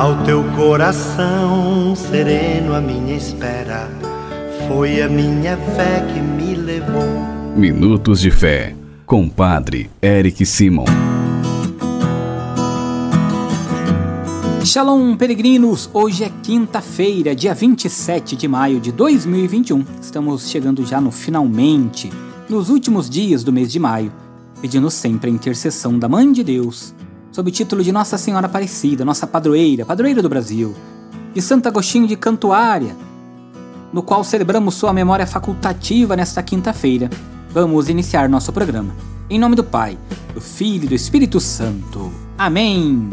Ao teu coração sereno a minha espera, foi a minha fé que me levou. Minutos de Fé, com Padre Eric Simon. Shalom, peregrinos! Hoje é quinta-feira, dia 27 de maio de 2021. Estamos chegando já no finalmente, nos últimos dias do mês de maio, pedindo sempre a intercessão da Mãe de Deus, sob o título de Nossa Senhora Aparecida, nossa padroeira do Brasil, de Santo Agostinho de Cantuária, no qual celebramos sua memória facultativa nesta quinta-feira. Vamos iniciar nosso programa. Em nome do Pai, do Filho e do Espírito Santo. Amém!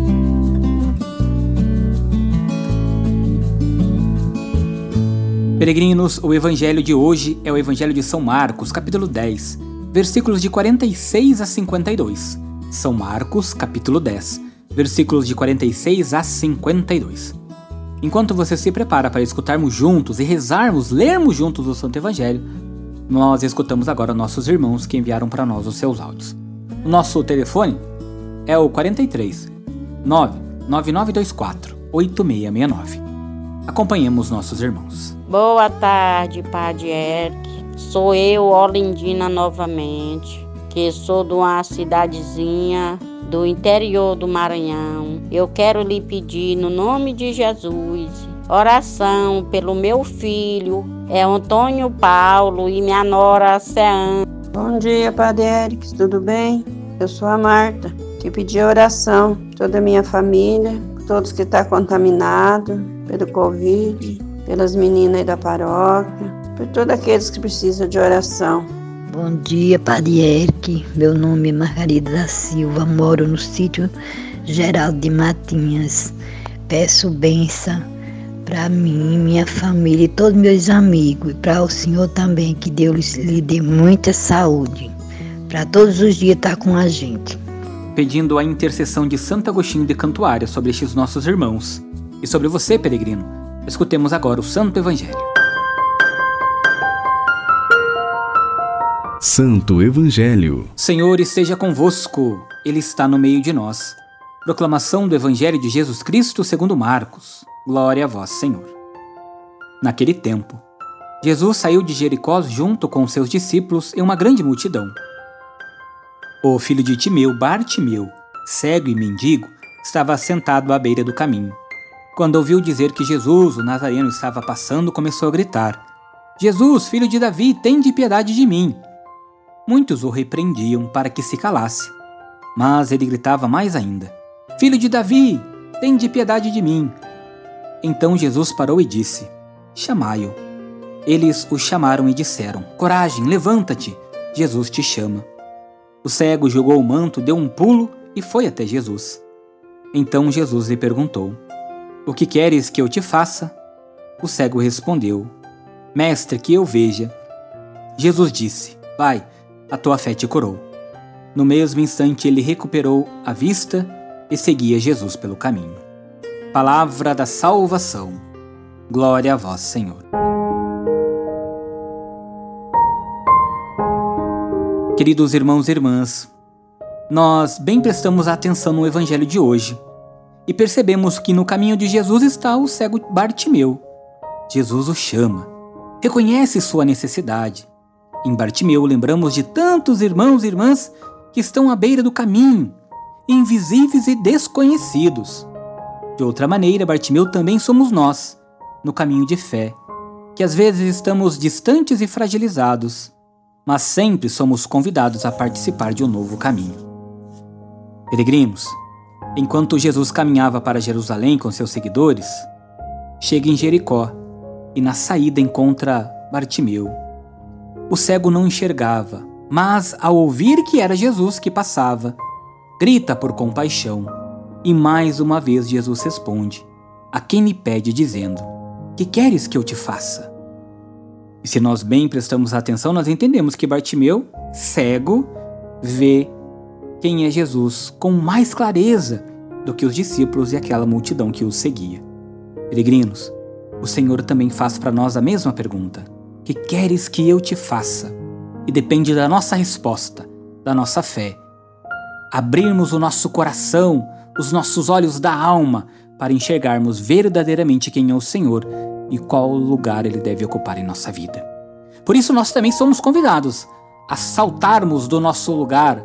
Peregrinos, o evangelho de hoje é o evangelho de São Marcos, capítulo 10, versículos de 46 a 52. São Marcos, capítulo 10, versículos de 46 a 52. Enquanto você se prepara para escutarmos juntos e rezarmos, lermos juntos o Santo Evangelho, nós escutamos agora nossos irmãos que enviaram para nós os seus áudios. O nosso telefone é o 43 99924 8669. Acompanhemos nossos irmãos. Boa tarde, Padre Eric. Sou eu, Olindina, novamente, que sou de uma cidadezinha do interior do Maranhão. Eu quero lhe pedir, no nome de Jesus, oração pelo meu filho, Antônio Paulo, e minha nora, Ceane. Bom dia, Padre Eric, tudo bem? Eu sou a Marta, que pedi oração, toda a minha família, todos que estão contaminados pelo Covid, pelas meninas aí da paróquia, por todos aqueles que precisam de oração. Bom dia, Padre Eric. Meu nome é Margarida da Silva, moro no sítio Geraldo de Matinhas. Peço bênção para mim, minha família e todos meus amigos, e para o Senhor também, que Deus lhe dê muita saúde, para todos os dias estar com a gente. Pedindo a intercessão de Santo Agostinho de Cantuária sobre estes nossos irmãos. E sobre você, peregrino, escutemos agora o Santo Evangelho. Santo Evangelho. Senhor esteja convosco, Ele está no meio de nós. Proclamação do Evangelho de Jesus Cristo segundo Marcos. Glória a vós, Senhor. Naquele tempo, Jesus saiu de Jericó junto com seus discípulos e uma grande multidão. O filho de Timeu, Bartimeu, cego e mendigo, estava sentado à beira do caminho. Quando ouviu dizer que Jesus, o Nazareno, estava passando, começou a gritar: Jesus, filho de Davi, tende piedade de mim. Muitos o repreendiam para que se calasse, mas ele gritava mais ainda: Filho de Davi, tende piedade de mim. Então Jesus parou e disse: Chamai-o. Eles o chamaram e disseram: Coragem, levanta-te, Jesus te chama. O cego jogou o manto, deu um pulo e foi até Jesus. Então Jesus lhe perguntou: O que queres que eu te faça? O cego respondeu: Mestre, que eu veja. Jesus disse: Vai, a tua fé te curou. No mesmo instante ele recuperou a vista e seguia Jesus pelo caminho. Palavra da salvação. Glória a vós, Senhor. Queridos irmãos e irmãs, nós bem prestamos atenção no Evangelho de hoje e percebemos que no caminho de Jesus está o cego Bartimeu. Jesus o chama, reconhece sua necessidade. Em Bartimeu lembramos de tantos irmãos e irmãs que estão à beira do caminho, invisíveis e desconhecidos. De outra maneira, Bartimeu também somos nós, no caminho de fé, que às vezes estamos distantes e fragilizados, mas sempre somos convidados a participar de um novo caminho. Peregrinos, enquanto Jesus caminhava para Jerusalém com seus seguidores, chega em Jericó e na saída encontra Bartimeu. O cego não enxergava, mas ao ouvir que era Jesus que passava, grita por compaixão. E mais uma vez Jesus responde: A quem me pede, dizendo: Que queres que eu te faça? E se nós bem prestamos atenção, nós entendemos que Bartimeu, cego, vê quem é Jesus com mais clareza do que os discípulos e aquela multidão que os seguia. Peregrinos, o Senhor também faz para nós a mesma pergunta: que queres que eu te faça? E depende da nossa resposta, da nossa fé. Abrirmos o nosso coração, os nossos olhos da alma, para enxergarmos verdadeiramente quem é o Senhor e qual lugar Ele deve ocupar em nossa vida. Por isso nós também somos convidados a saltarmos do nosso lugar,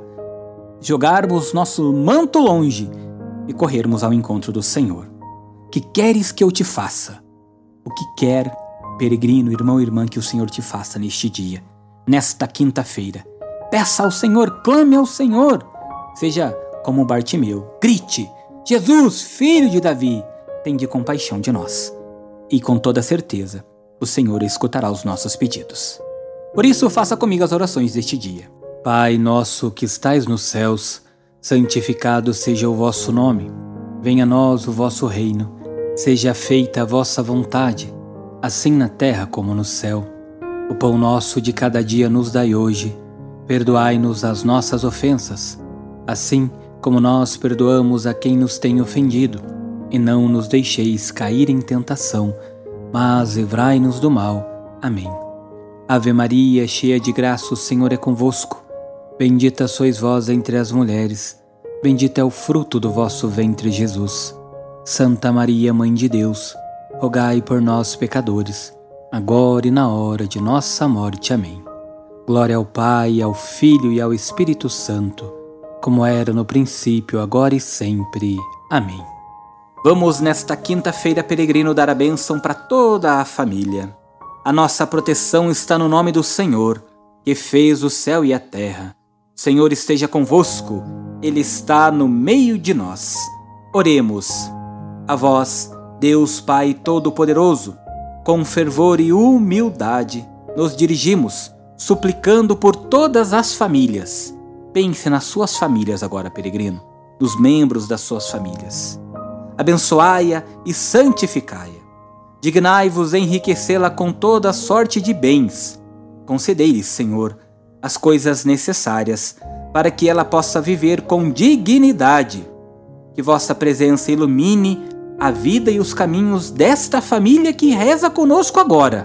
jogarmos nosso manto longe e corrermos ao encontro do Senhor. Que queres que eu te faça? O que quer, peregrino, irmão e irmã, que o Senhor te faça neste dia, nesta quinta-feira? Peça ao Senhor, clame ao Senhor. Seja como Bartimeu, grite: Jesus, filho de Davi, tende compaixão de nós. E com toda certeza, o Senhor escutará os nossos pedidos. Por isso, faça comigo as orações deste dia. Pai nosso que estais nos céus, santificado seja o vosso nome. Venha a nós o vosso reino. Seja feita a vossa vontade, assim na terra como no céu. O pão nosso de cada dia nos dai hoje. Perdoai-nos as nossas ofensas, assim como nós perdoamos a quem nos tem ofendido. E não nos deixeis cair em tentação, mas livrai-nos do mal. Amém. Ave Maria, cheia de graça, o Senhor é convosco. Bendita sois vós entre as mulheres. Bendito é o fruto do vosso ventre, Jesus. Santa Maria, Mãe de Deus, rogai por nós, pecadores, agora e na hora de nossa morte. Amém. Glória ao Pai, ao Filho e ao Espírito Santo, como era no princípio, agora e sempre. Amém. Vamos nesta quinta-feira, peregrino, dar a bênção para toda a família. A nossa proteção está no nome do Senhor, que fez o céu e a terra. O Senhor esteja convosco, Ele está no meio de nós. Oremos. A vós, Deus Pai Todo-Poderoso, com fervor e humildade, nos dirigimos, suplicando por todas as famílias. Pense nas suas famílias agora, peregrino, nos membros das suas famílias. Abençoai-a e santificai-a. Dignai-vos enriquecê-la com toda sorte de bens. Concedei-lhe, Senhor, as coisas necessárias para que ela possa viver com dignidade. Que vossa presença ilumine a vida e os caminhos desta família que reza conosco agora.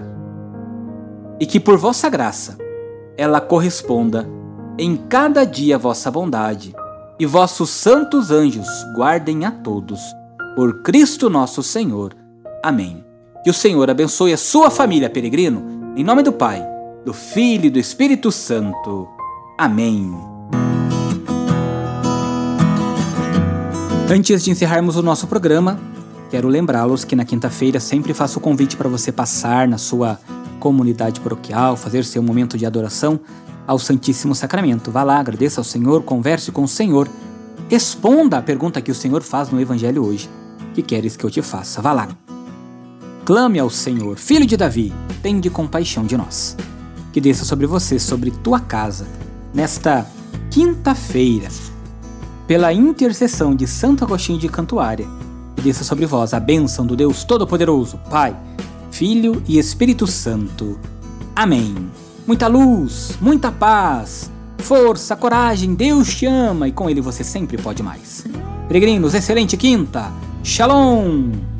E que por vossa graça ela corresponda em cada dia a vossa bondade, e vossos santos anjos guardem a todos. Por Cristo nosso Senhor. Amém. Que o Senhor abençoe a sua família, peregrino, em nome do Pai, do Filho e do Espírito Santo. Amém. Antes de encerrarmos o nosso programa, quero lembrá-los que na quinta-feira sempre faço o convite para você passar na sua comunidade paroquial, fazer seu momento de adoração ao Santíssimo Sacramento. Vá lá, agradeça ao Senhor, converse com o Senhor, responda a pergunta que o Senhor faz no Evangelho hoje. Que queres que eu te faça? Vá lá. Clame ao Senhor, Filho de Davi, tende compaixão de nós. Que desça sobre você, sobre tua casa, nesta quinta-feira, pela intercessão de Santo Agostinho de Cantuária, que desça sobre vós a bênção do Deus Todo-Poderoso, Pai, Filho e Espírito Santo. Amém. Muita luz, muita paz, força, coragem, Deus te ama e com Ele você sempre pode mais. Peregrinos, excelente quinta. Shalom!